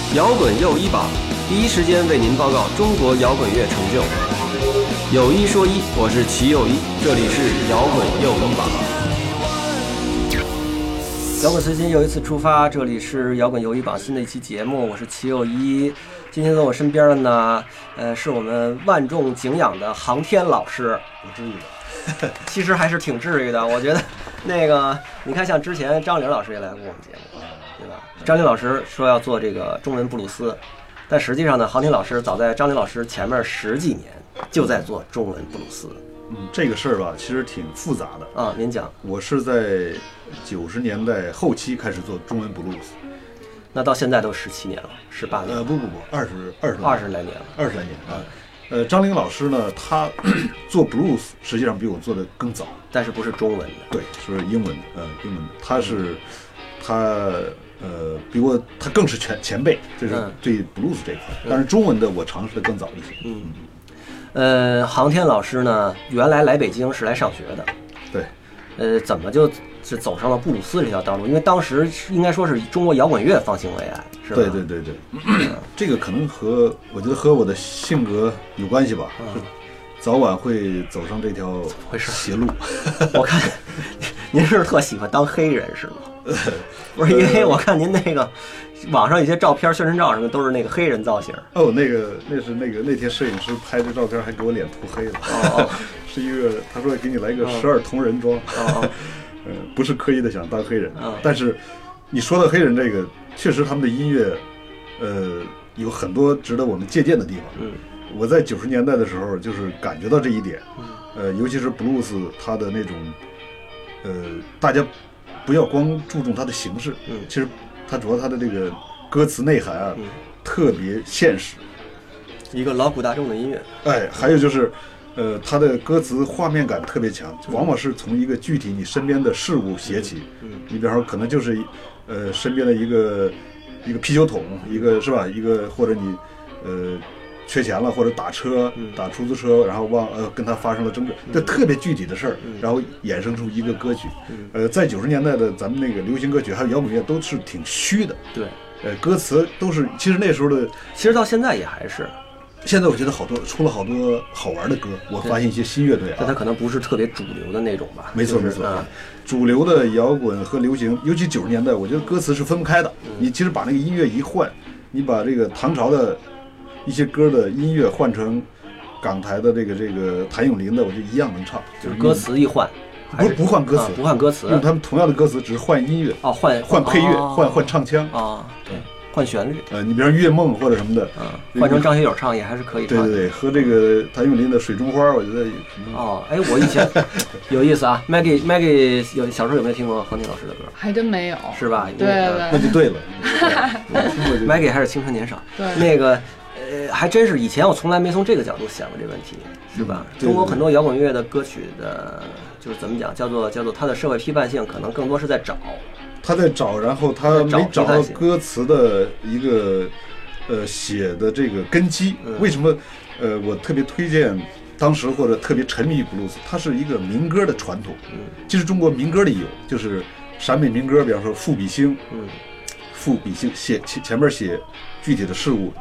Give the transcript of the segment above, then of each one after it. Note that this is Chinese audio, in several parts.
摇滚又一榜，第一时间为您报告中国摇滚乐成就。有一说一，我是齐又一，这里是摇滚又一榜。摇滚随心又一次出发，这里是摇滚又一榜新的一期节目，我是齐又一。今天在我身边的呢，是我们万众敬仰的航天老师。 不至于的， 其实还是挺至于的，我觉得。那个，你看，像之前张玲老师也来过我们节目，对吧？张玲老师说要做这个中文布鲁斯，但实际上呢，航天老师早在张玲老师前面10几年就在做中文布鲁斯。 这个事儿吧，其实挺复杂的啊。您讲。 我是在90年代后期开始做中文布鲁斯， 那到现在都17年了，18年？ 不，20来年了，20 来年啊。张玲老师呢，他做 blues 实际上比我做的更早， 但是不是中文的， 对，是英文的，英文的。他比我他更是前辈，就是对 blues 这一块。但是中文的我尝试的更早一些。航天老师呢，原来来北京是来上学的， 对， 怎么就是走上了布鲁斯这条道路？因为当时应该说是中国摇滚乐方兴未艾，是吧？ 对，这个可能我觉得和我的性格有关系吧，早晚会走上这条邪路。 我看您是特喜欢当黑人是吗？不是，因为我看您那个网上一些照片、宣传照什么都是那个黑人造型。 哦，那天摄影师拍的照片还给我脸涂黑了。是一个，他说给你来个12铜人装。不是刻意的想当黑人，但是你说到黑人这个，确实他们的音乐，有很多值得我们借鉴的地方。我在90年代的时候，就是感觉到这一点。尤其是布鲁斯，它的那种，大家不要光注重它的形式，其实它主要它的这个歌词内涵啊，特别现实， 一个劳苦大众的音乐。 还有就是。他的歌词画面感特别强，往往是从一个具体你身边的事物写起。你比方说，可能就是身边的一个啤酒桶，一个是吧？一个或者你缺钱了，或者打出租车，然后跟他发生了争执，这特别具体的事儿，然后衍生出一个歌曲。在90年代的咱们那个流行歌曲还有摇滚乐都是挺虚的。 对， 歌词都是，其实那时候的， 其实到现在也还是。 现在我觉得出了好多好玩的歌，我发现一些新乐队但它可能不是特别主流的那种吧。 没错。主流的摇滚和流行，尤其90年代，我觉得歌词是分不开的。你其实把那个音乐一换，你把这个唐朝的一些歌的音乐换成港台的这个谭咏麟的，我就一样能唱。 就是歌词一换， 不换歌词， 不换歌词， 用他们同样的歌词，只是换音乐。换配乐，换唱腔对。换旋律， 你比如说月梦或者什么的， 换成张学友唱也还是可以唱的。 对，和这个谭咏麟的《水中花》，我觉得我以前有意思啊。Maggie 小时候有没有听过航天老师的歌？ 还真没有， 是吧？ 对， 那就对了。 Maggie 还是青春年少。 对， 那个还真是以前我从来没从这个角度想过这个问题，是吧？中国很多摇滚乐的歌曲的，就是怎么讲，叫做它的社会批判性，可能更多是在找。 他在找，然后他没找到歌词的一个写的这个根基。为什么我特别推荐当时或者特别沉迷于布鲁斯？它是一个民歌的传统。其实中国民歌里有，就是陕北民歌，比方说赋比兴，赋比兴前面写具体的事物，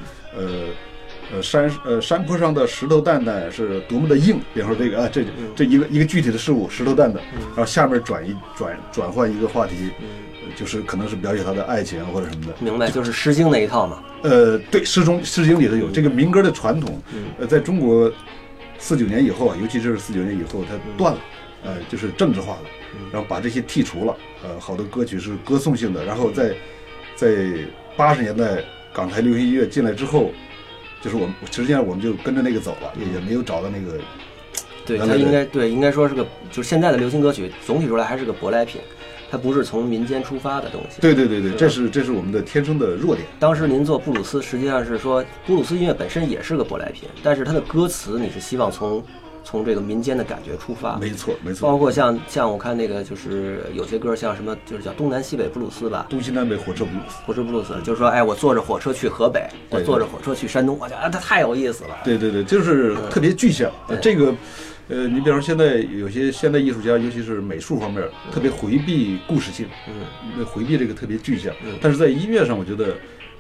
山坡上的石头蛋蛋是多么的硬，比方说这个这一个具体的事物石头蛋蛋，然后下面转换一个话题，就是可能是表写他的爱情或者什么的。 明白，就是《诗经》那一套嘛。 对，《诗经》里头有这个民歌的传统。在中国49年以后啊，尤其是49年以后，它断了，就是政治化了，然后把这些剔除了。好多歌曲是歌颂性的，然后在80年代港台流行音乐进来之后。就是实际上我们就跟着那个走了，也没有找到那个。 对，它应该说是个，就是现在的流行歌曲总体出来还是个舶来品，它不是从民间出发的东西。 对，这是我们的天生的弱点。 当时您做布鲁斯，实际上是说布鲁斯音乐本身也是个舶来品，但是它的歌词你是希望从这个民间的感觉出发。 没错。 包括像我看那个就是有些歌像什么，就是叫东南西北布鲁斯吧， 东西南北火车布鲁斯， 就是说我坐着火车去河北，我坐着火车去山东，我觉得它太有意思了。 对，就是特别具象。这个你比方说现在有些现代艺术家，尤其是美术方面，特别回避故事性，回避这个特别具象。但是在音乐上，我觉得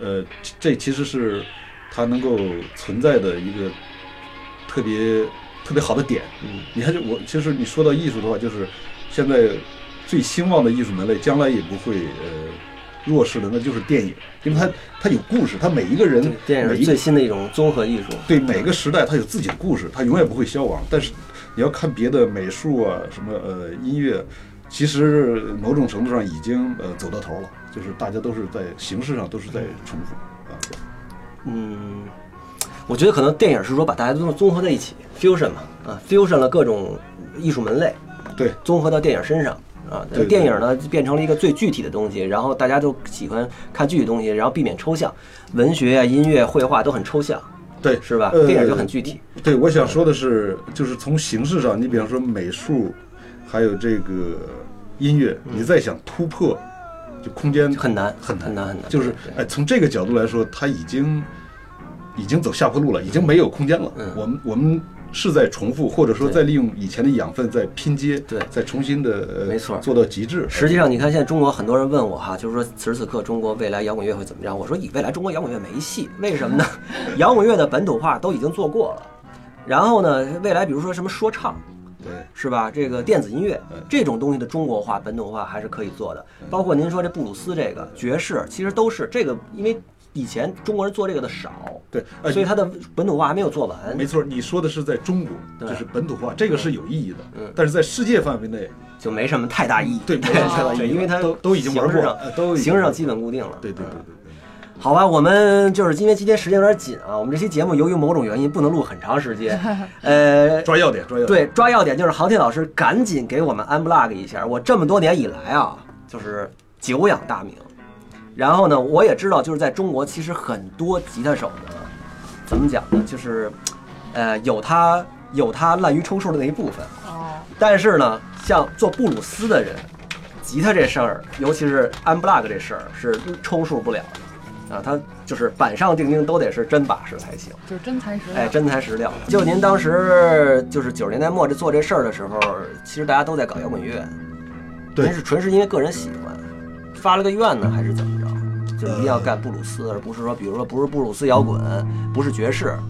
这其实是它能够存在的一个特别好的点。你看，其实你说到艺术的话，就是现在最兴旺的艺术门类，将来也不会弱势的，那就是电影，因为它有故事，它每一个人， 电影是最新的一种综合艺术， 对每个时代它有自己的故事，它永远不会消亡。但是你要看别的美术啊，什么音乐，其实某种程度上已经走到头了，就是大家都是在形式上都是在重复啊。 我觉得可能电影是说把大家都综合在一起 ，fusion 嘛，fusion 了各种艺术门类， 对， 综合到电影身上。电影呢变成了一个最具体的东西，然后大家都喜欢看具体的东西，然后避免抽象，文学啊、音乐、绘画都很抽象， 对， 是吧？电影就很具体。 对，我想说的是，就是从形式上，你比方说美术，还有这个音乐，你再想突破，就空间很难。 就是从这个角度来说，它已经走下坡路了，已经没有空间了。我们是在重复，或者说在利用以前的养分在拼接， 对， 再重新的没错做到极致。 实际上，你看现在中国很多人问我哈，就是说此时此刻中国未来摇滚乐会怎么样？我说未来中国摇滚乐没戏，为什么呢？摇滚乐的本土化都已经做过了，然后呢，未来比如说什么说唱， 对， 是吧？这个电子音乐这种东西的中国化、本土化还是可以做的。包括您说这布鲁斯、这个爵士，其实都是这个，因为以前中国人做这个的少， 对， 所以它的本土化还没有做完。 没错，你说的是在中国，就是本土化，这个是有意义的。但是在世界范围内就没什么太大意义。 对， 因为它都已经玩过， 形式上基本固定了。 对。 好吧，我们就是因为今天时间有点紧啊，我们这期节目由于某种原因不能录很长时间， 抓要点。 对，抓要点就是航天老师赶紧给我们 unplug 一下。我这么多年以来啊，就是久仰大名。然后呢，我也知道，就是在中国，其实很多吉他手呢，怎么讲呢？就是，有他滥竽充数的那一部分。但是呢，像做布鲁斯的人，吉他这事儿，尤其是 unplug 这事儿，是充数不了的。他就是板上钉钉都得是真把式才行， 就是真材实料。 真材实料。就您当时就是90年代末做这事儿的时候，其实大家都在搞摇滚乐， 对， 您是纯是因为个人喜欢，发了个愿呢，还是怎么着？就一定要干布鲁斯，而不是说，比如说不是布鲁斯摇滚，不是爵士。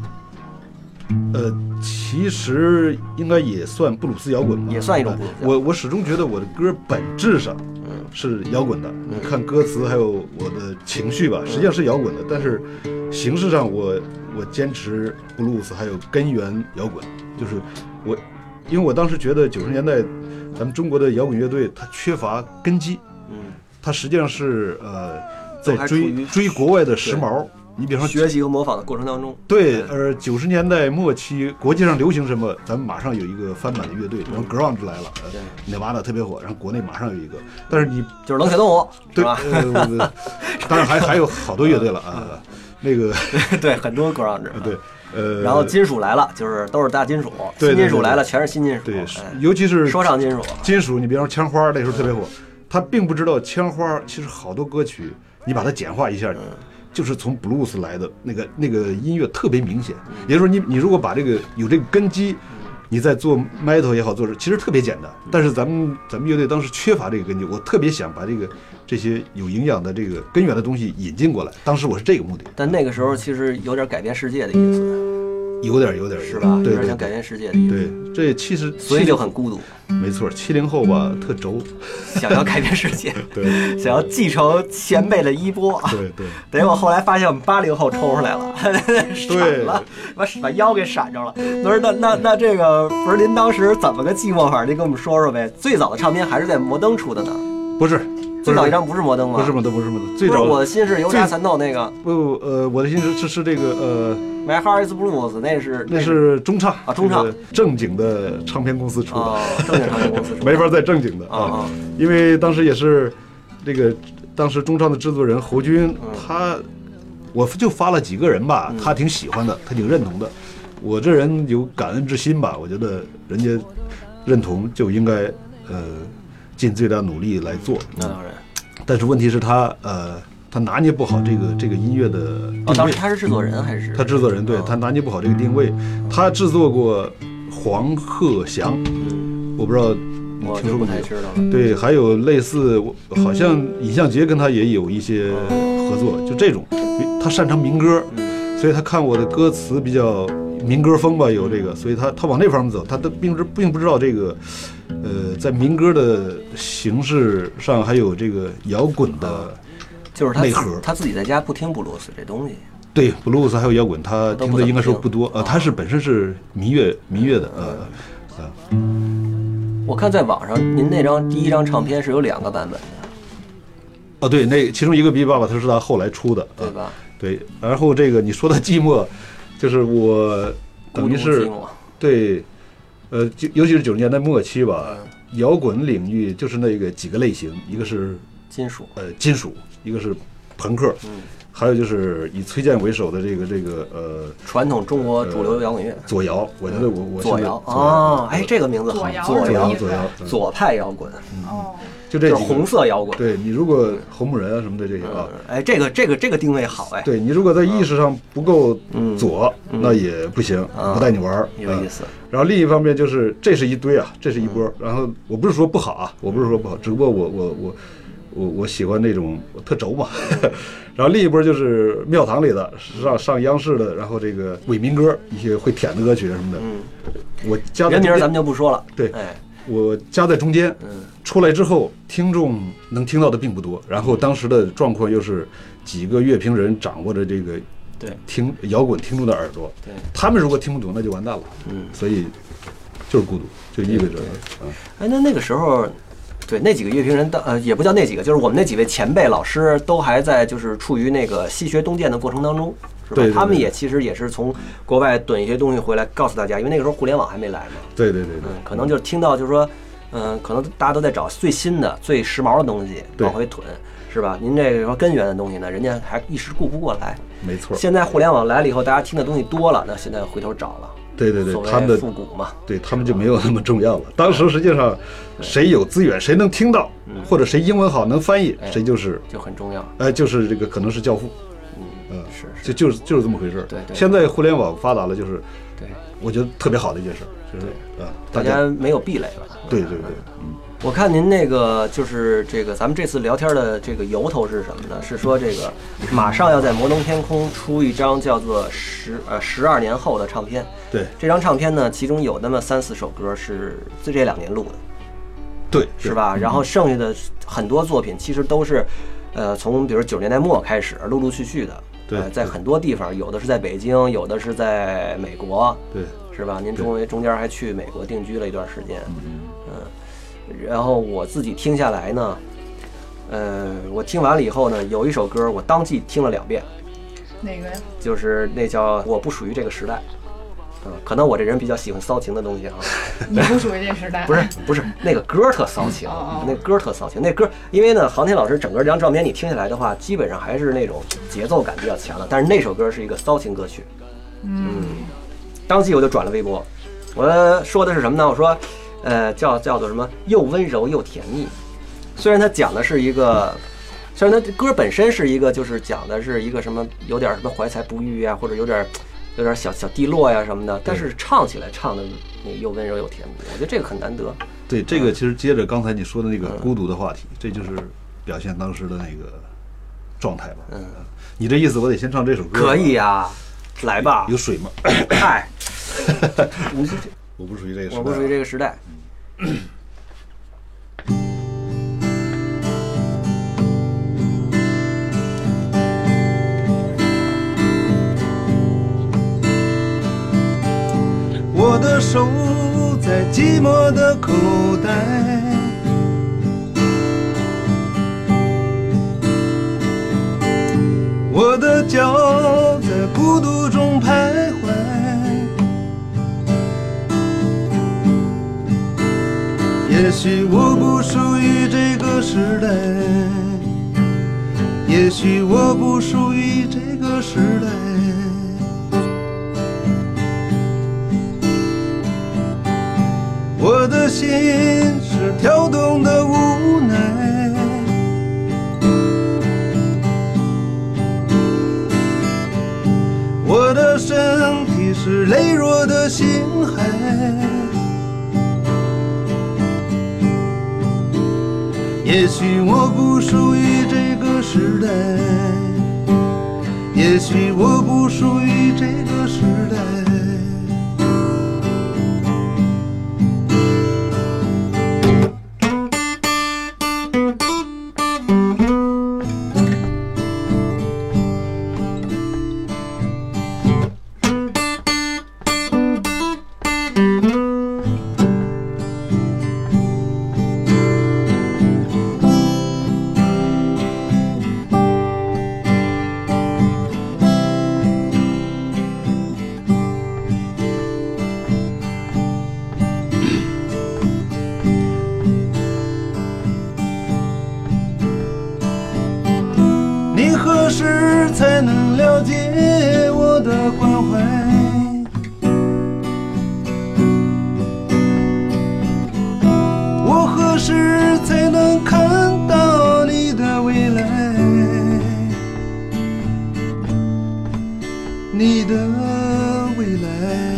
其实应该也算布鲁斯摇滚吧， 也算一种布鲁斯。 我始终觉得我的歌本质上是摇滚的，看歌词还有我的情绪吧，实际上是摇滚的。但是形式上我坚持布鲁斯还有根源摇滚，就是因为我当时觉得90年代咱们中国的摇滚乐队它缺乏根基，它实际上是在追国外的时髦。你比方说学习和模仿的过程当中， 对，90年代末期国际上流行什么，咱们马上有一个翻版的乐队，然后 grunge 来了，Nirvana 特别火，然后国内马上有一个，但是你就是冷血动物， 对吧？当然还有好多乐队了啊，那个对，很多 grunge， 对， 然后金属来了，就是都是大金属，新金属来了，全是新金属， 对，尤其是说唱金属， 你比方说枪花那时候特别火，他并不知道枪花其实好多歌曲你把它简化一下。就是从 blues 来的那个音乐特别明显，也就是说你如果把有这个根基，你在做 metal 也好做其实特别简单。但是咱们乐队当时缺乏这个根基，我特别想把这些有营养的这个根源的东西引进过来。当时我是这个目的。 但那个时候其实有点改变世界的意思。 有点是吧？ 对， 有点想改变世界的意思。 对，这其实所以就很孤独。 没错，70后吧，特轴， 想要改变世界， 对， 想要继承前辈的衣钵， 对。 等我后来发现我们80后抽出来了，闪了，把腰给闪着了。不是，那这个不是您当时怎么个寂寞法？您跟我们说说呗。最早的唱片还是在摩登出的呢？ 不是。 最早一张不是摩登吗？ 不是摩登，最早我的心是油炸蚕豆那个。 不，我的心是这个 My Heart Is Blues， 那是中唱啊，中唱正经的唱片公司出的， 正经唱片公司出的， 没法再正经的啊。因为当时也是这个当时中唱的制作人侯军，我就发了几个人吧，他挺喜欢的，他挺认同的。我这人有感恩之心吧，我觉得人家认同就应该尽最大努力来做。 那当然， 但是问题是他拿捏不好这个音乐的定位。 当时他是制作人还是？ 他制作人，对，他拿捏不好这个定位。他制作过黄鹤翔，我不知道你听说过没有？ 知道了。 对，还有类似，好像尹相杰跟他也有一些合作，就这种，他擅长民歌，所以他看我的歌词比较民歌风吧，有这个，所以他往那方面走，他并不知道这个，在民歌的形式上还有这个摇滚的就是内核。 他自己在家不听布鲁斯这东西。 对，布鲁斯还有摇滚，他听的应该说不多啊。他是本身是民乐的我看在网上，您那第一张唱片是有2个版本的。 哦，对，那其中一个《比爸爸》他是他后来出的， 对吧？ 对，然后这个你说的寂寞，就是我等于是对，尤其是90年代末期吧，摇滚领域就是那个几个类型，一个是金属， 一个是朋克，还有就是以崔健为首的这个传统中国主流摇滚乐， 左摇，我觉得我左摇啊，哎，这个名字好，左派摇滚， 就这就是红色摇滚。 对，你如果红木人啊什么的这些啊， 哎，这个定位好哎。 对，你如果在意识上不够左，那也不行，不带你玩， 有意思。 然后另一方面就是这是一堆啊，这是一波。然后我不是说不好啊，只不过我喜欢那种特轴嘛。然后另一波就是庙堂里的，上央视的，然后这个伪民歌，一些会舔的歌曲什么的。我加人名咱们就不说了。 对，我夹在中间。出来之后，听众能听到的并不多。然后当时的状况又是几个乐评人掌握着这个听摇滚听众的耳朵，他们如果听不懂，那就完蛋了。所以就是孤独，就意味着哎，那个时候。对，那几个乐评人也不叫那几个，就是我们那几位前辈老师都还在，就是处于那个西学东渐的过程当中，是吧？ 对， 他们其实也是从国外囤一些东西回来告诉大家，因为那个时候互联网还没来嘛。 对， 可能就是听到就是说，可能大家都在找最新的、最时髦的东西往回囤，是吧？您这个说根源的东西呢，人家还一时顾不过来。 没错。 现在互联网来了以后，大家听的东西多了，那现在回头找了。 对，他们的复古嘛， 对他们就没有那么重要了。当时实际上，谁有资源，谁能听到，或者谁英文好能翻译，谁就很重要。 就是这个可能是教父。 是， 就是这么回事。 对。 现在互联网发达了，就是对， 我觉得特别好的一件事，就是大家没有壁垒了。 对。 我看您那个就是这个咱们这次聊天的这个由头是什么呢？是说这个马上要在摩登天空出一张叫做12年后的唱片。 对， 这张唱片呢，其中有那么3-4首歌是这2年录的。 对， 是吧？然后剩下的很多作品其实都是，从比如90年代末开始，陆陆续续的。 对， 在很多地方，有的是在北京，有的是在美国。 对， 是吧？您中间还去美国定居了一段时间。然后我自己听下来呢，我听完了以后呢，有一首歌我当即听了2遍。 哪个呀？ 就是那叫《我不属于这个时代》。可能我这人比较喜欢骚情的东西啊。 你不属于这时代。 不是，那个歌特骚情，那歌特骚情。那歌，因为呢，航天老师整个这张照片你听下来的话，基本上还是那种节奏感比较强的，但是那首歌是一个骚情歌曲。当即我就转了微博，我说的是什么呢？我说，叫做什么？又温柔又甜蜜。虽然它讲的是一个，虽然它歌本身是一个，就是讲的是一个什么，有点什么怀才不遇啊，或者有点小低落呀什么的，但是唱起来唱的那个又温柔又甜蜜，我觉得这个很难得。 对，这个其实接着刚才你说的那个孤独的话题，这就是表现当时的那个状态吧。你这意思我得先唱这首歌。 可以呀，来吧。 有水吗？ 嗨， 我不属于这个时代。 我不属于这个时代。 我的手在寂寞的口袋，我的脚在孤独中徘徊，也许我不属于这个时代，也许我不属于这个时代。我的心是跳动的无奈，我的身体是羸弱的星海， 也许我不属于这个时代，也许我不属于这个时代。你何时才能了解我的关怀？我何时才能看到你的未来？你的未来。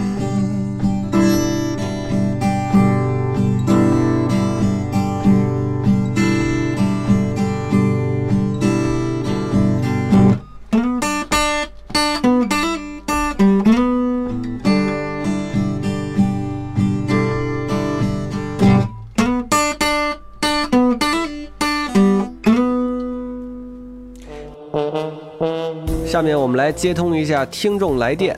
下面我们来接通一下听众来电。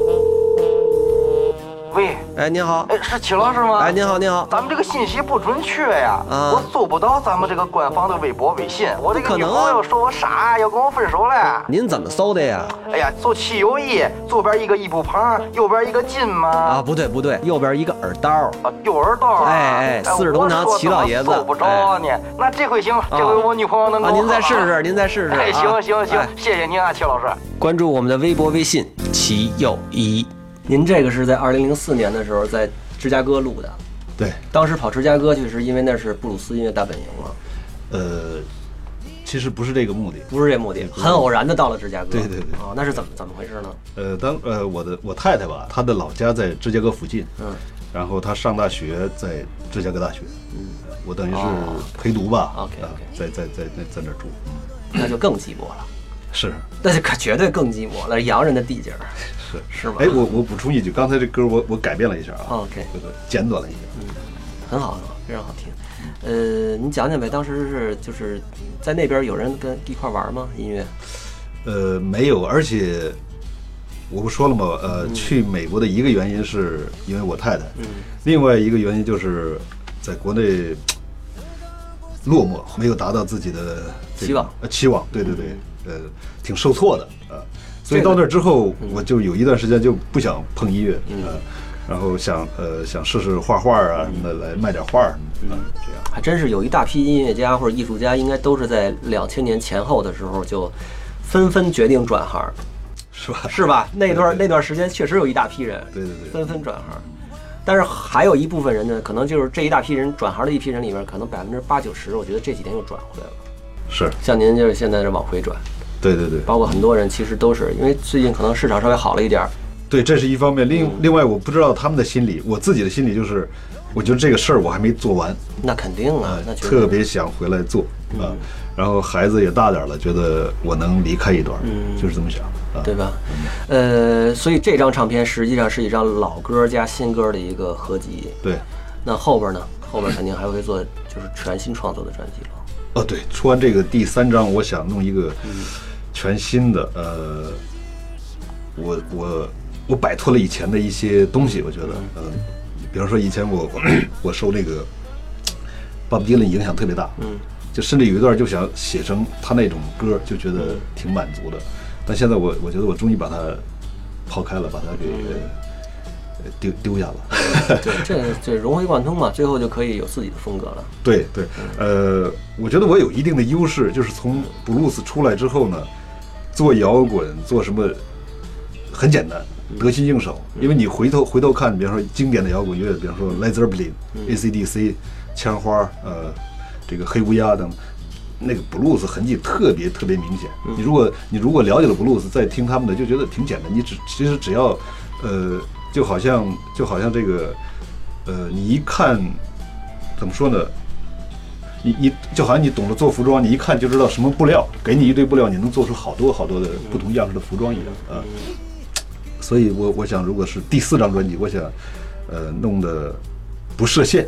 喂， 哎，您好， 哎，是齐老师吗？ 哎，您好，您好， 咱们这个信息不准确呀，我搜不到咱们这个官方的微博、微信。我这个女朋友说我傻，要跟我分手了。 您怎么搜的呀？ 哎呀，搜齐友谊，左边一个一步旁，右边一个金嘛。 啊，不对不对，右边一个耳刀。 啊，右耳刀。 哎，四世同堂齐老爷子。 搜不着呢，那这回行了，这回我女朋友能够。 您再试试，您再试试。 哎，行，谢谢您啊，齐老师。 关注我们的微博、微信，齐友谊。您这个是在2004年的时候在芝加哥录的， 对， 当时跑芝加哥去是因为那是布鲁斯音乐大本营了。 其实不是这个目的， 不是这目的，很偶然的到了芝加哥。 对， 哦，那是怎么回事呢？ 我太太吧，她的老家在芝加哥附近，然后她上大学在芝加哥大学，我等于是陪读吧 ，OK， 在那儿住， 那就更寂寞了。 是， 那就可绝对更寂寞，那是洋人的地界儿。是吗？ 哎，我补充一句，刚才这歌我改变了一下啊 ，OK， 简短了一下， 很好，非常好听。你讲讲呗，当时就是在那边有人跟一块玩吗？音乐？ 没有，而且我不说了吗？去美国的一个原因是因为我太太，另外一个原因就是在国内落寞，没有达到自己的期望，对，挺受挫的啊。所以到那之后，我就有一段时间就不想碰音乐，然后想试试画画啊什么的，来卖点画什么的，这样。 还真是有一大批音乐家或者艺术家，应该都是在2000年前后的时候就纷纷决定转行，是吧？那段时间确实有一大批人， 对， 纷纷转行。但是还有一部分人呢，可能就是这一大批人转行的一批人里面，可能80%-90%，我觉得这几年又转回来了。 是， 像您就是现在是往回转。 对， 包括很多人其实都是因为最近可能市场稍微好了一点。 对，这是一方面。另外，我不知道他们的心理，我自己的心理就是，我觉得这个事儿我还没做完。 那肯定啊，那特别想回来做啊。然后孩子也大点了，觉得我能离开一段，就是这么想， 对吧？所以这张唱片实际上是一张老歌加新歌的一个合集。 对。 那后边呢？后边肯定还会做就是全新创作的专辑了。 哦，对，出完这个第3张，我想弄一个全新的，我摆脱了以前的一些东西，我觉得，比方说以前我受那个鲍勃迪伦影响特别大，就甚至有一段就想写成他那种歌，就觉得挺满足的。但现在我觉得我终于把它抛开了，把它给丢下了。 这融会贯通嘛，最后就可以有自己的风格了。 对，我觉得我有一定的优势，就是从布鲁斯出来之后呢，做摇滚做什么很简单，得心应手。因为你回头看，比方说经典的摇滚乐，比方说 Led Zeppelin、AC/DC、枪花，这个黑乌鸦等，那个布鲁斯痕迹特别明显。你如果了解了布鲁斯，再听他们的，就觉得挺简单。其实只要就好像这个你一看怎么说呢？ 你就好像你懂得做服装，你一看就知道什么布料，给你一堆布料，你能做出好多好多的不同样式的服装一样啊。所以我想，如果是第4张专辑，我想弄得不设限，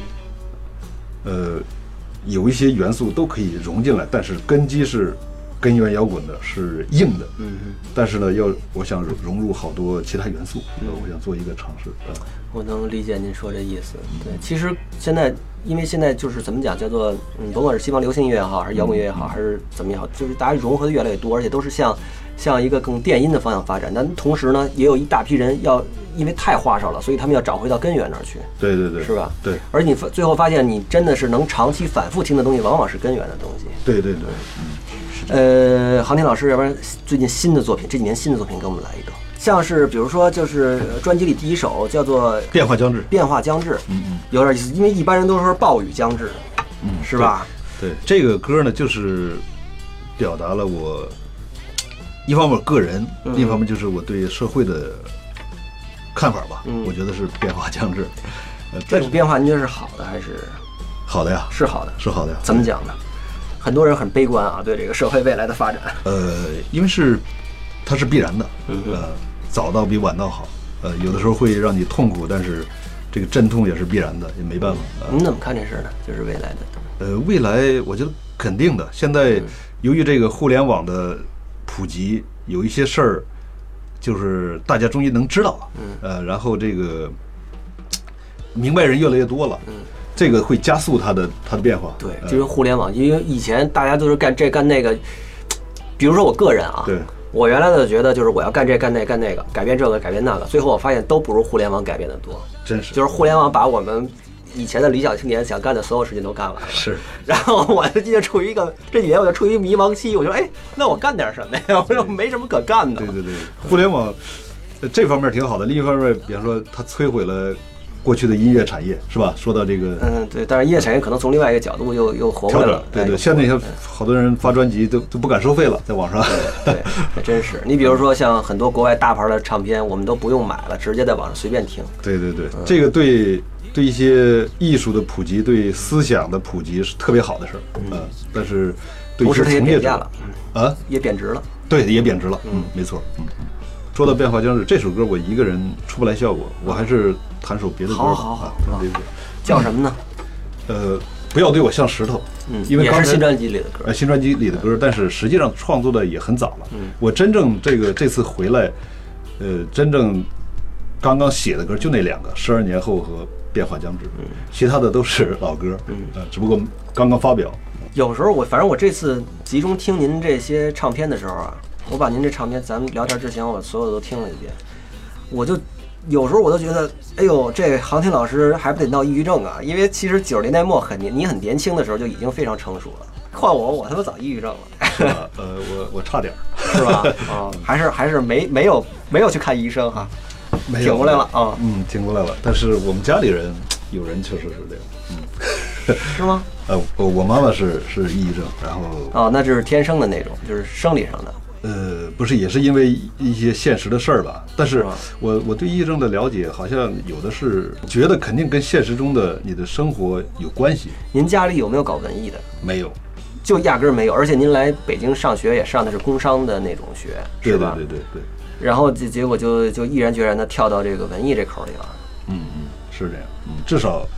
有一些元素都可以融进来，但是根基是根源摇滚的，是硬的，但是呢，我想融入好多其他元素，我想做一个尝试。 我能理解您说这意思。对，其实现在，因为现在就是怎么讲，叫做甭管是西方流行音乐也好，还是摇滚乐也好，还是怎么也好，就是大家融合的越来越多，而且都是向一个更电音的方向发展。但同时呢，也有一大批人因为太花哨了，所以他们要找回到根源那儿去。 对对对， 是吧？ 对。 而你最后发现，你真的是能长期反复听的东西，往往是根源的东西。 对对对。 航天老师，要不然最近新的作品，这几年新的作品给我们来一个。像是比如说，就是专辑里第1首叫做《 变化将至》， 变化将至，有点意思，因为一般人都说暴雨将至，是吧？ 对，这个歌呢，就是表达了我一方面个人，另一方面就是我对社会的看法吧。我觉得是变化将至。 这种变化您觉得是好的还是？ 好的呀， 是好的， 是好的呀。 怎么讲呢？很多人很悲观啊，对这个社会未来的发展。 因为它是必然的，早到比晚到好，有的时候会让你痛苦，但是这个阵痛也是必然的，也没办法。 你怎么看这事呢？就是未来的。 未来我觉得肯定的。现在由于这个互联网的普及，有一些事儿就是大家终于能知道了，然后这个明白人越来越多了，这个会加速它的变化。 对，就是互联网，因为以前大家都是干这干那个，比如说我个人啊， 对。 我原来的觉得就是我要干这干那干那个，改变这个改变那个，最后我发现都不如互联网改变的多。 真是， 就是互联网把我们以前的理想青年想干的所有事情都干完了。 是， 然后我就处于这几年我就处于迷茫期，我就那我干点什么呀？我说没什么可干的。 对对对，互联网这方面挺好的，另一方面，比方说它摧毁了过去的音乐产业，是吧？说到这个， 对，但是音乐产业可能从另外一个角度又活过来了。 对对，现在好多人发专辑都不敢收费了，在网上。 对，还真是。你比如说像很多国外大牌的唱片，我们都不用买了，直接在网上随便听。 对对对，这个对一些艺术的普及，对思想的普及是特别好的事儿。但是对一些从业者也贬值了。 对，也贬值了。没错。说到变化将至，这首歌我一个人出不来效果，我还是弹首别的歌。 好，叫什么呢？ 不要对我像石头。因为也是新专辑里的歌。 新专辑里的歌，但是实际上创作的也很早了。我真正这次回来，真正刚刚写的歌就那2个，《12年后》和《变化将至》。其他的都是老歌。只不过刚刚发表。 有时候反正我这次集中听您这些唱片的时候啊。我把您这唱片，咱们聊天之前，我所有的都听了一遍。我就有时候我都觉得，哎呦，这航天老师还不得闹抑郁症啊？因为其实90年代末你很年轻的时候就已经非常成熟了。换我他妈早抑郁症了。 是吧？我差点， 是吧？还是没有去看医生哈，挺过来了啊。 挺过来了。但是我们家里人有人确实是这样。 是吗？ 我妈妈是抑郁症，然后那就是天生的那种，就是生理上的。 不是，也是因为一些现实的事儿吧。但是我对抑郁症的了解，好像有的是觉得肯定跟现实中的你的生活有关系。 您家里有没有搞文艺的？ 没有， 就压根儿没有。而且您来北京上学也上的是工商的那种学，是吧？ 对。 然后结果就毅然决然的跳到这个文艺这口里了。 是这样。至少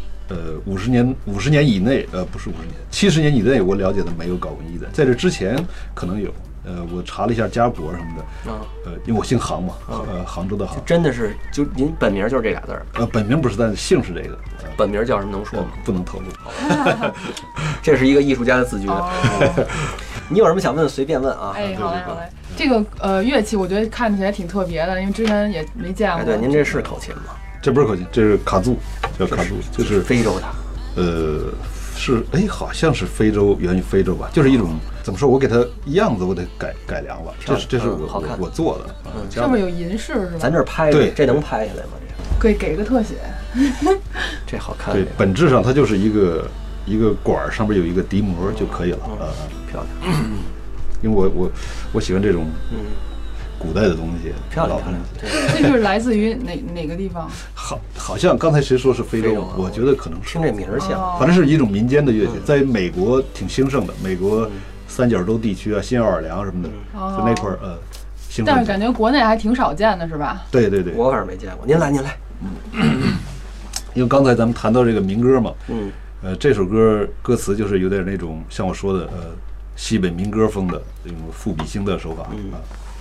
50年以内，不是50年，70年以内，我了解的没有搞文艺的。在这之前可能有。我查了一下家谱什么的，因为我姓杭嘛，杭州的杭， 真的是就您本名就是这俩字儿？ 本名不是，但姓是这个。 本名叫什么能说吗？ 不能透露。 这是一个艺术家的自觉。你有什么想问随便问啊？ 好嘞。这个乐器我觉得看起来挺特别的，因为之前也没见过。 对，您这是口琴吗？ 这不是口琴，这是卡祖，叫卡祖，就是非洲的。 是好像是源于非洲吧，就是一种怎么说，我给它样子我得改良了，这是我做的。 上面有银饰是吗？ 咱这拍对， 这能拍下来吗？ 可以给个特写。 这好看。 对，本质上它就是一个管上面有一个笛膜就可以了。 漂亮。 因为我喜欢这种古代的东西， 漂亮。 这是来自于哪个地方？ 好像刚才谁说是非洲？我觉得可能是听这名儿像， 反正是一种民间的乐器，在美国挺兴盛的，美国三角洲地区啊，新奥尔良什么的，就那块儿兴盛。 但是感觉国内还挺少见的，是吧？ 对， 我反正没见过。您来。 因为刚才咱们谈到这个民歌嘛，这首歌歌词就是有点那种像我说的西北民歌风的这种赋比兴的手法啊。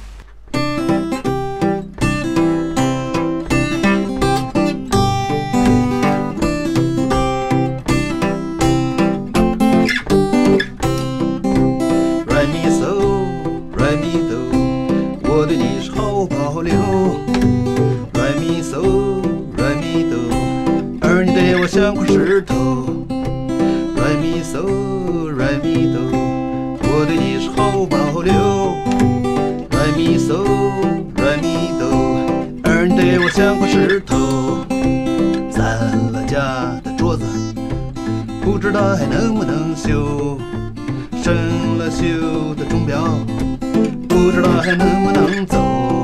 我对你是毫无保留。来咪嗦，来咪哆，而你对我像块石头。来咪嗦，来咪哆，我对你是毫无保留。来咪嗦，来咪哆，而你对我像块石头。咱了家的桌子，不知道还能不能修。生了锈的钟表，不知道还能不能走。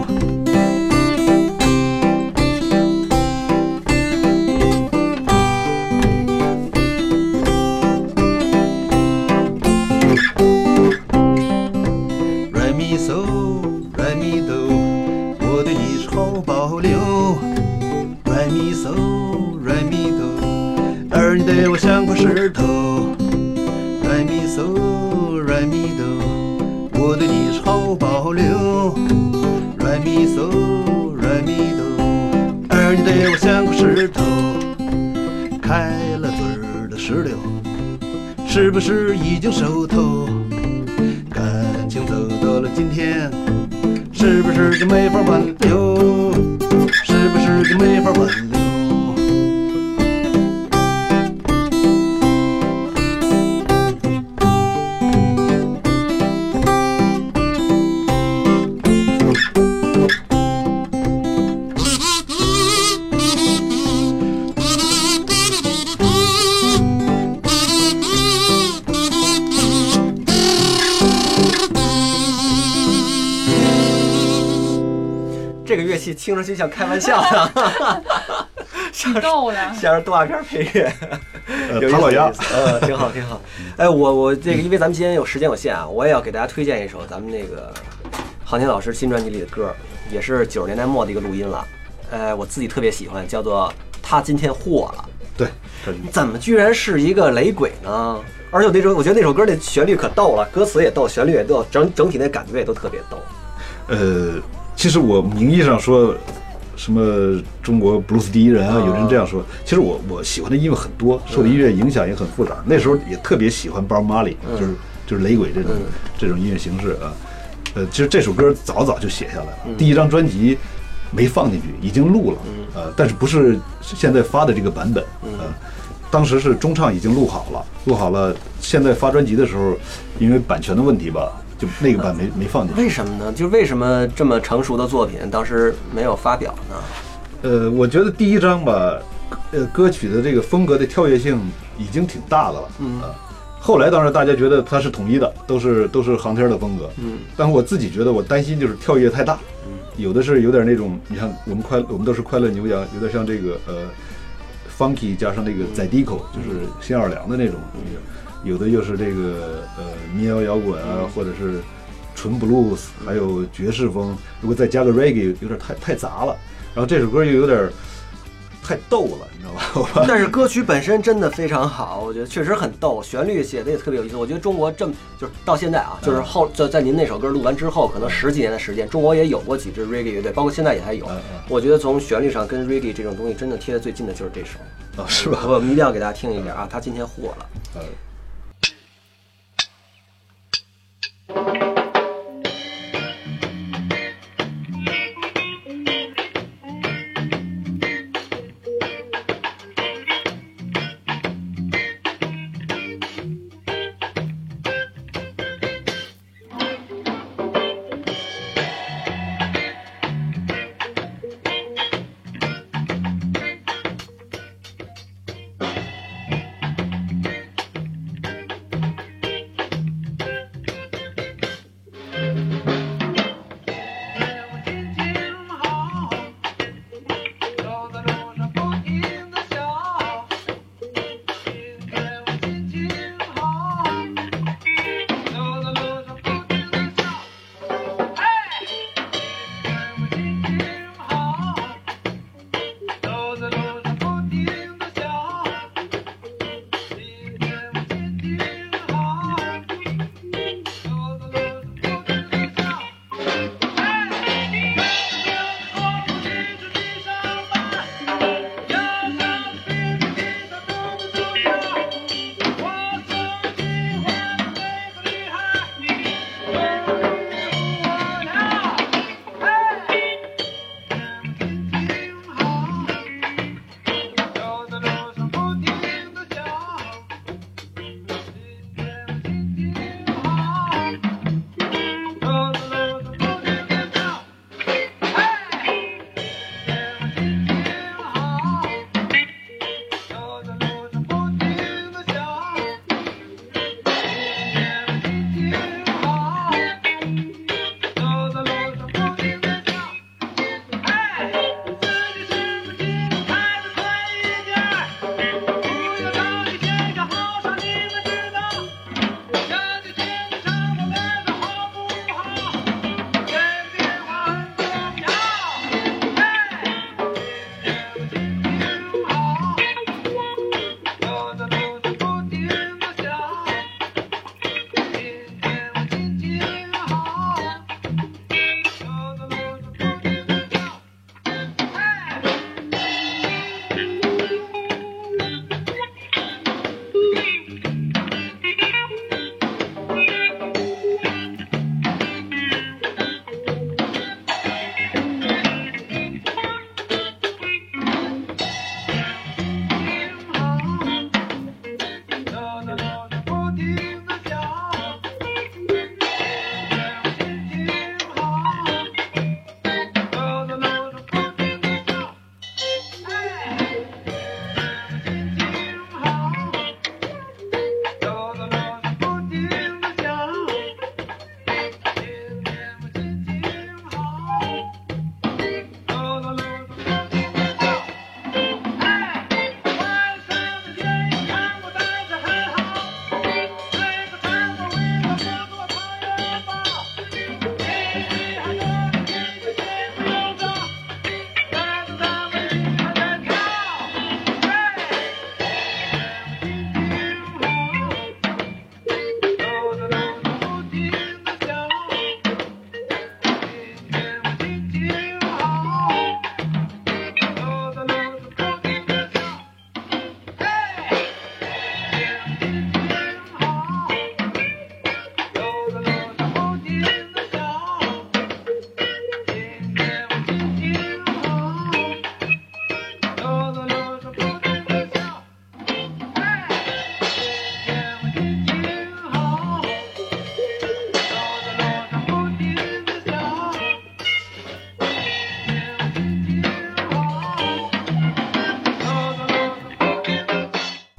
来咪嗦，来咪哆，我对你是毫无保留。来咪嗦，来咪哆，而你对我像块石头。来咪嗦，来咪哆，我对你是毫无保留。来咪嗦，来咪哆，而你对我像块石头。开了嘴儿的石榴，是不是已经熟透？感情走到了今天，是不是就没法挽留？是不是就没法挽留？ 这个乐器听上去像开玩笑的， 挺逗的， 像是动画片配乐。 唐老鸭， 挺好。哎，我这个因为咱们今天有时间有限啊，我也要给大家推荐一首咱们那个航天老师新专辑里的歌，也是90年代末的一个录音了。我自己特别喜欢，叫做《他今天火了》。 对， 怎么居然是一个雷鬼呢？而且我觉得那首歌那旋律可逗了，歌词也逗，旋律也逗，整体那感觉也都特别逗。 其实我名义上说什么中国布鲁斯第一人啊，有人这样说。其实我喜欢的音乐很多，受的音乐影响也很复杂。那时候也特别喜欢 Bob Marley，就是雷鬼这种音乐形式啊。其实这首歌早就写下来了，第一张专辑没放进去，已经录了，但是不是现在发的这个版本，当时是中唱已经录好了，现在发专辑的时候，因为版权的问题吧。就那个版没放进去， 为什么呢？就为什么这么成熟的作品当时没有发表呢？ 我觉得第一张吧，歌曲的这个风格的跳跃性已经挺大的了，后来当然大家觉得它是统一的，都是航天的风格，但我自己觉得我担心就是跳跃太大，有的是有点那种，你看我们都是快乐牛羊，有点像这个funky 加上那个Zydeco，就是新奥尔良的那种。有的又是这个民谣摇滚啊，或者是纯 blues， 还有爵士风，如果再加个 reggae， 有点太杂了。然后这首歌又有点太逗了，你知道吧？ 但是歌曲本身真的非常好，我觉得确实很逗，旋律写的也特别有意思。我觉得中国就是到现在啊，就是在您那首歌录完之后，可能10几年的时间，中国也有过几支 reggae 乐队，包括现在也还有。我觉得从旋律上跟 reggae 这种东西真的贴得最近的就是这首。 是吧？ 我们一定要给大家听一下啊，他今天火了。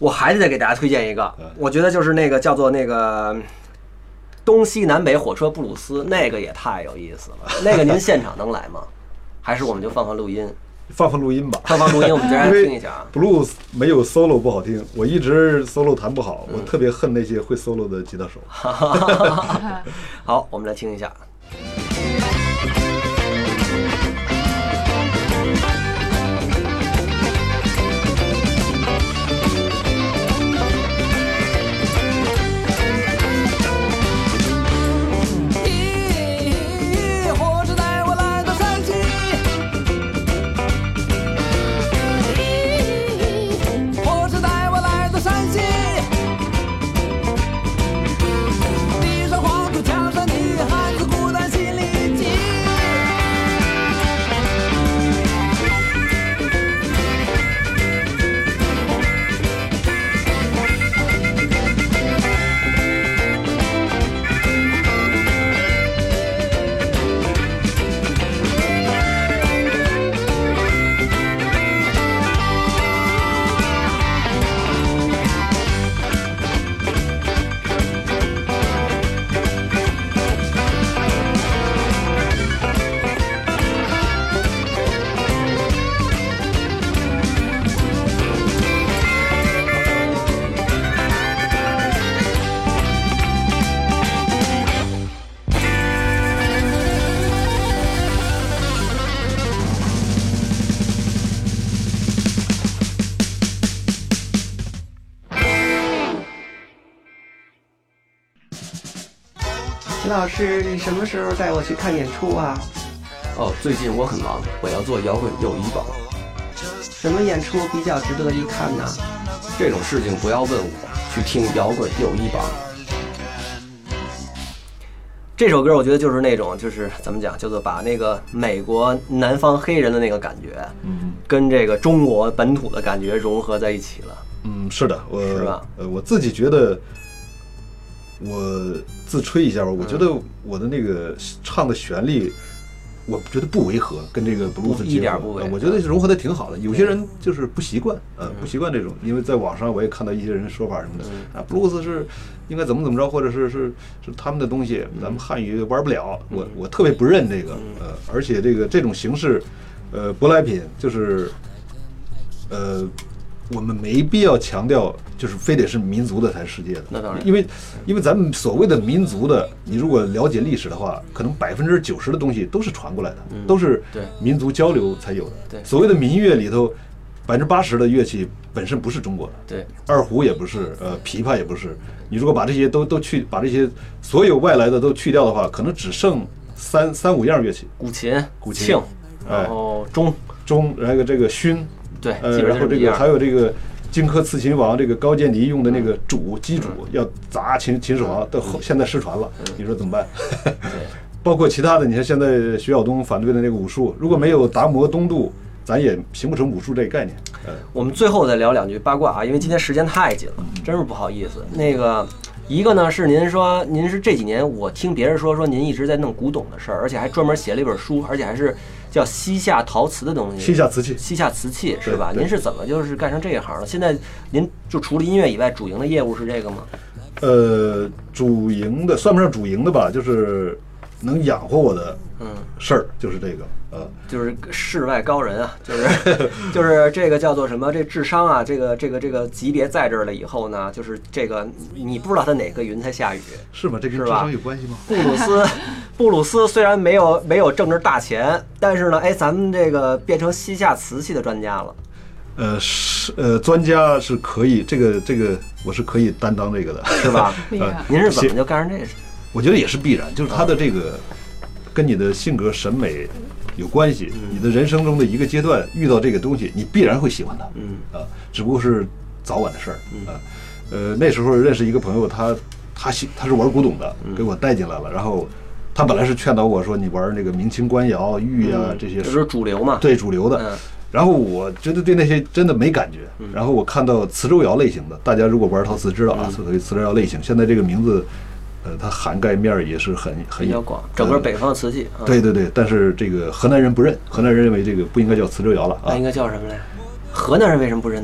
我还得再给大家推荐一个，我觉得就是那个叫做那个东西南北火车布鲁斯，那个也太有意思了。那个您现场能来吗？还是我们就放录音？ 放录音吧， 放录音，我们再来听一下啊。 Blues 没有 solo 不好听，我一直 solo 弹不好，我特别恨那些会 solo 的吉他手。 好，我们来听一下。秦老师，你什么时候带我去看演出啊？哦，最近我很忙，我要做摇滚友谊榜。什么演出比较值得一看呢？这种事情不要问我，去听摇滚友谊榜。这首歌我觉得就是那种，就是怎么讲，叫做把那个美国南方黑人的那个感觉，跟这个中国本土的感觉融合在一起了。 是的， 是吧？ 我自己觉得。我自吹一下吧，我觉得我的那个唱的旋律，我觉得不违和，跟这个 blues 一点不违和， 我觉得融合的挺好的。有些人就是不习惯，不习惯这种，因为在网上我也看到一些人说法什么的，blues 是应该怎么着，或者是他们的东西，咱们汉语玩不了。我特别不认这个，而且这种形式，舶来品就是，我们没必要强调，就是非得是民族的才是世界的。 那当然， 因为咱们所谓的民族的，你如果了解历史的话，可能90%的东西都是传过来的，都是民族交流才有的。 对， 所谓的民乐里头，80%的乐器本身不是中国的。 对， 二胡也不是，琵琶也不是。你如果把这些都去，把这些所有外来的都去掉的话，可能只剩三五样乐器： 古琴、磬，然后钟， 然后这个埙。 对， 然后这个还有这个荆轲刺秦王，这个高渐离用的那个击主要砸秦始皇，到现在失传了，你说怎么办？包括其他的，你看现在徐晓东反对的那个武术，如果没有达摩东渡，咱也形不成武术这个概念。 我们最后再聊两句八卦啊，因为今天时间太紧了，真是不好意思。那个一个呢是您说您是这几年我听别人说您一直在弄古董的事儿，而且还专门写了一本书，而且还是叫西夏陶瓷的东西， 西夏瓷器是吧？您是怎么就是干成这一行了？现在您就除了音乐以外，主营的业务是这个吗？ 主营的算不上主营的吧，就是能养活我的事儿，就是这个。 就是世外高人啊，就是这个叫做什么？这智商啊，这个级别在这儿了以后呢，就是这个你不知道他哪个云彩下雨， 是吗？这跟智商有关系吗？ 布鲁斯虽然没有挣着大钱，但是呢，咱们这个变成西夏瓷器的专家了。 专家是可以，这个我是可以担当这个的， 是吧？您是怎么就干上这个？ 我觉得也是必然，就是他的这个跟你的性格审美有关系，你的人生中的一个阶段遇到这个东西，你必然会喜欢它，只不过是早晚的事儿，那时候认识一个朋友，他是玩古董的，给我带进来了，然后他本来是劝导我说你玩那个明清官窑、玉啊这些， 这是主流嘛？ 对，主流的。然后我觉得对那些真的没感觉，然后我看到磁州窑类型的，大家如果玩陶瓷知道啊，所谓磁州窑类型，现在这个名字。它涵盖面也是很比较广，整个北方的瓷器。 对，但是这个河南人不认，河南人认为这个不应该叫磁州窑了啊， 那应该叫什么来？河南人为什么不认呢？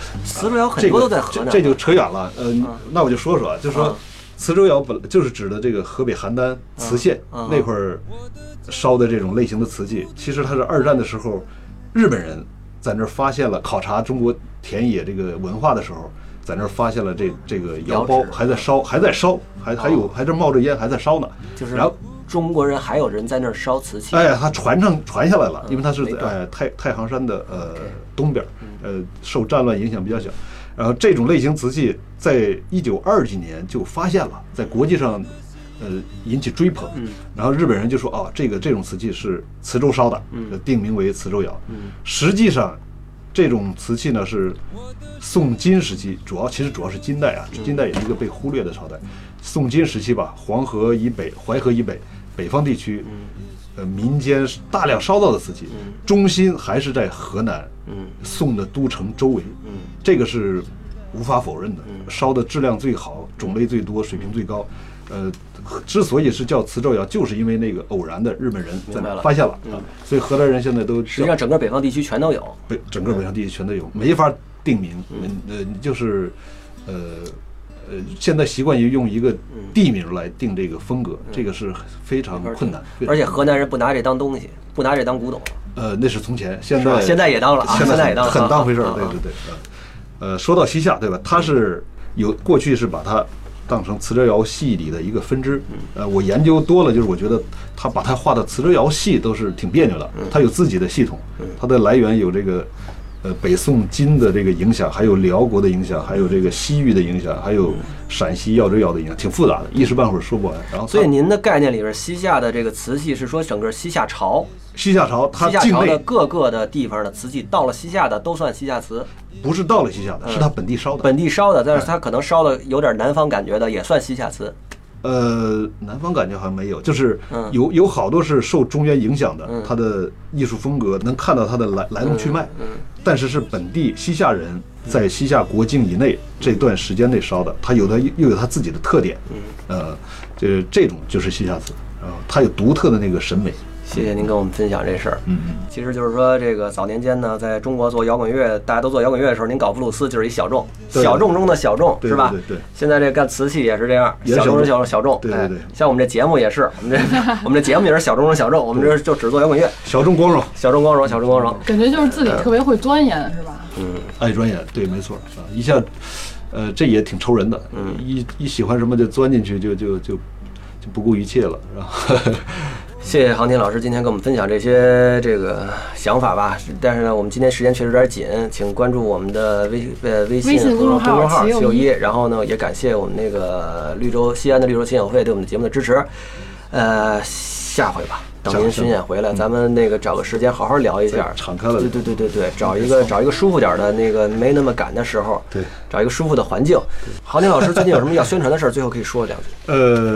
磁州窑很多都在河南， 这就扯远了。那我就说说，就是说磁州窑本就是指的这个河北邯郸磁县那块儿烧的这种类型的瓷器。其实它是二战的时候，日本人在那儿发现了，考察中国田野这个文化的时候，在那儿发现了这个窑包还在烧，还在冒着烟还在烧呢。 就是然后中国人还有人在那儿烧瓷器。 哎，它传下来了，因为它是在太行山的东边，受战乱影响比较小。然后这种类型瓷器在1920几年就发现了，在国际上引起追捧。然后日本人就说这种瓷器是磁州烧的，定名为磁州窑。实际上这种瓷器呢是宋金时期，主要是金代啊，金代也是一个被忽略的朝代。宋金时期吧，黄河以北、淮河以北北方地区，民间大量烧造的瓷器，中心还是在河南，宋的都城周围，这个是无法否认的。烧的质量最好，种类最多，水平最高。之所以是叫磁州窑，就是因为那个偶然的日本人在那发现了，所以荷兰人现在都实际上整个北方地区全都有， 整个北方地区全都有，没法定名。就是现在习惯于用一个地名来定这个风格，这个是非常困难。 而且河南人不拿这当东西，不拿这当古董。 那是从前，现在也当了啊，现在也当了， 很当回事儿。对。说到西夏，对吧？它是过去是把它当成磁州窑系里的一个分支。我研究多了，就是我觉得他把它划到磁州窑系都是挺别扭的。它有自己的系统，它的来源有这个北宋金的这个影响，还有辽国的影响，还有这个西域的影响，还有陕西耀州窑的影响，挺复杂的，一时半会儿说不完。然后， 所以您的概念里边，西夏的这个瓷器是说整个西夏朝它境内的各个的地方的瓷器到了西夏的都算西夏瓷。 不是到了西夏的，是他本地烧的，但是他可能烧的有点南方感觉的，也算西夏瓷。 南方感觉好像没有，就是有好多是受中原影响的，它的艺术风格能看到它的来龙去脉，但是本地西夏人在西夏国境以内这段时间内烧的，它又有它自己的特点，这种就是西夏瓷，它有独特的那个审美。 谢谢您跟我们分享这事儿。其实就是说，这个早年间呢，在中国做摇滚乐，大家都做摇滚乐的时候，您搞布鲁斯就是一小众，小众中的小众，是吧？ 对。 现在这干瓷器也是这样，小众中小众。 对。 像我们这节目也是，我们这节目也是小众中小众，我们这就只做摇滚乐， 小众光荣。 感觉就是自己特别会钻研，是吧？ 爱钻研，对，没错啊，一下，这也挺抽人的。一喜欢什么就钻进去，就不顾一切了，然后。 谢谢航天老师今天跟我们分享这些这个想法吧。但是呢，我们今天时间确实有点紧，请关注我们的微信公众号齐友一。然后呢，也感谢我们那个西安的绿洲亲友会对我们的节目的支持。下回吧，等您巡演回来，咱们那个找个时间好好聊一下。 敞开了。 对，找一个舒服点的那个没那么赶的时候， 对， 找一个舒服的环境。航天老师最近有什么要宣传的事儿？最后可以说两句。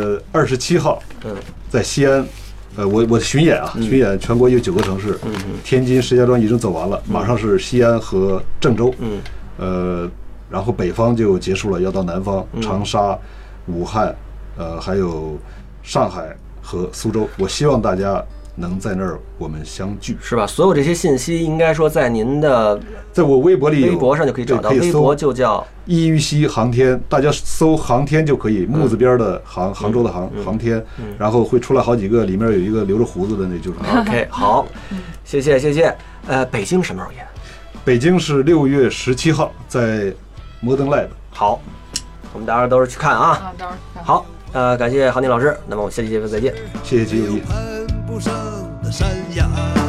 27号，在西安。我巡演巡演全国有9个城市，天津、石家庄已经走完了，马上是西安和郑州，然后北方就结束了，要到南方，长沙、武汉，还有上海和苏州。我希望大家能在那儿我们相聚， 是吧？所有这些信息应该说在您的， 在我微博上就可以找到，微博就叫一於西航天，大家搜航天就可以，木字边的杭州的航天，然后会出来好几个，里面有一个留着胡子的，那就是。 OK， 好，谢谢。北京什么时候演？ 北京是6月17号，在摩登 Lab。 好，我们大家都是去看啊。好，感谢航天老师，那么我们下期节目再见。 谢谢齐友一。 山崖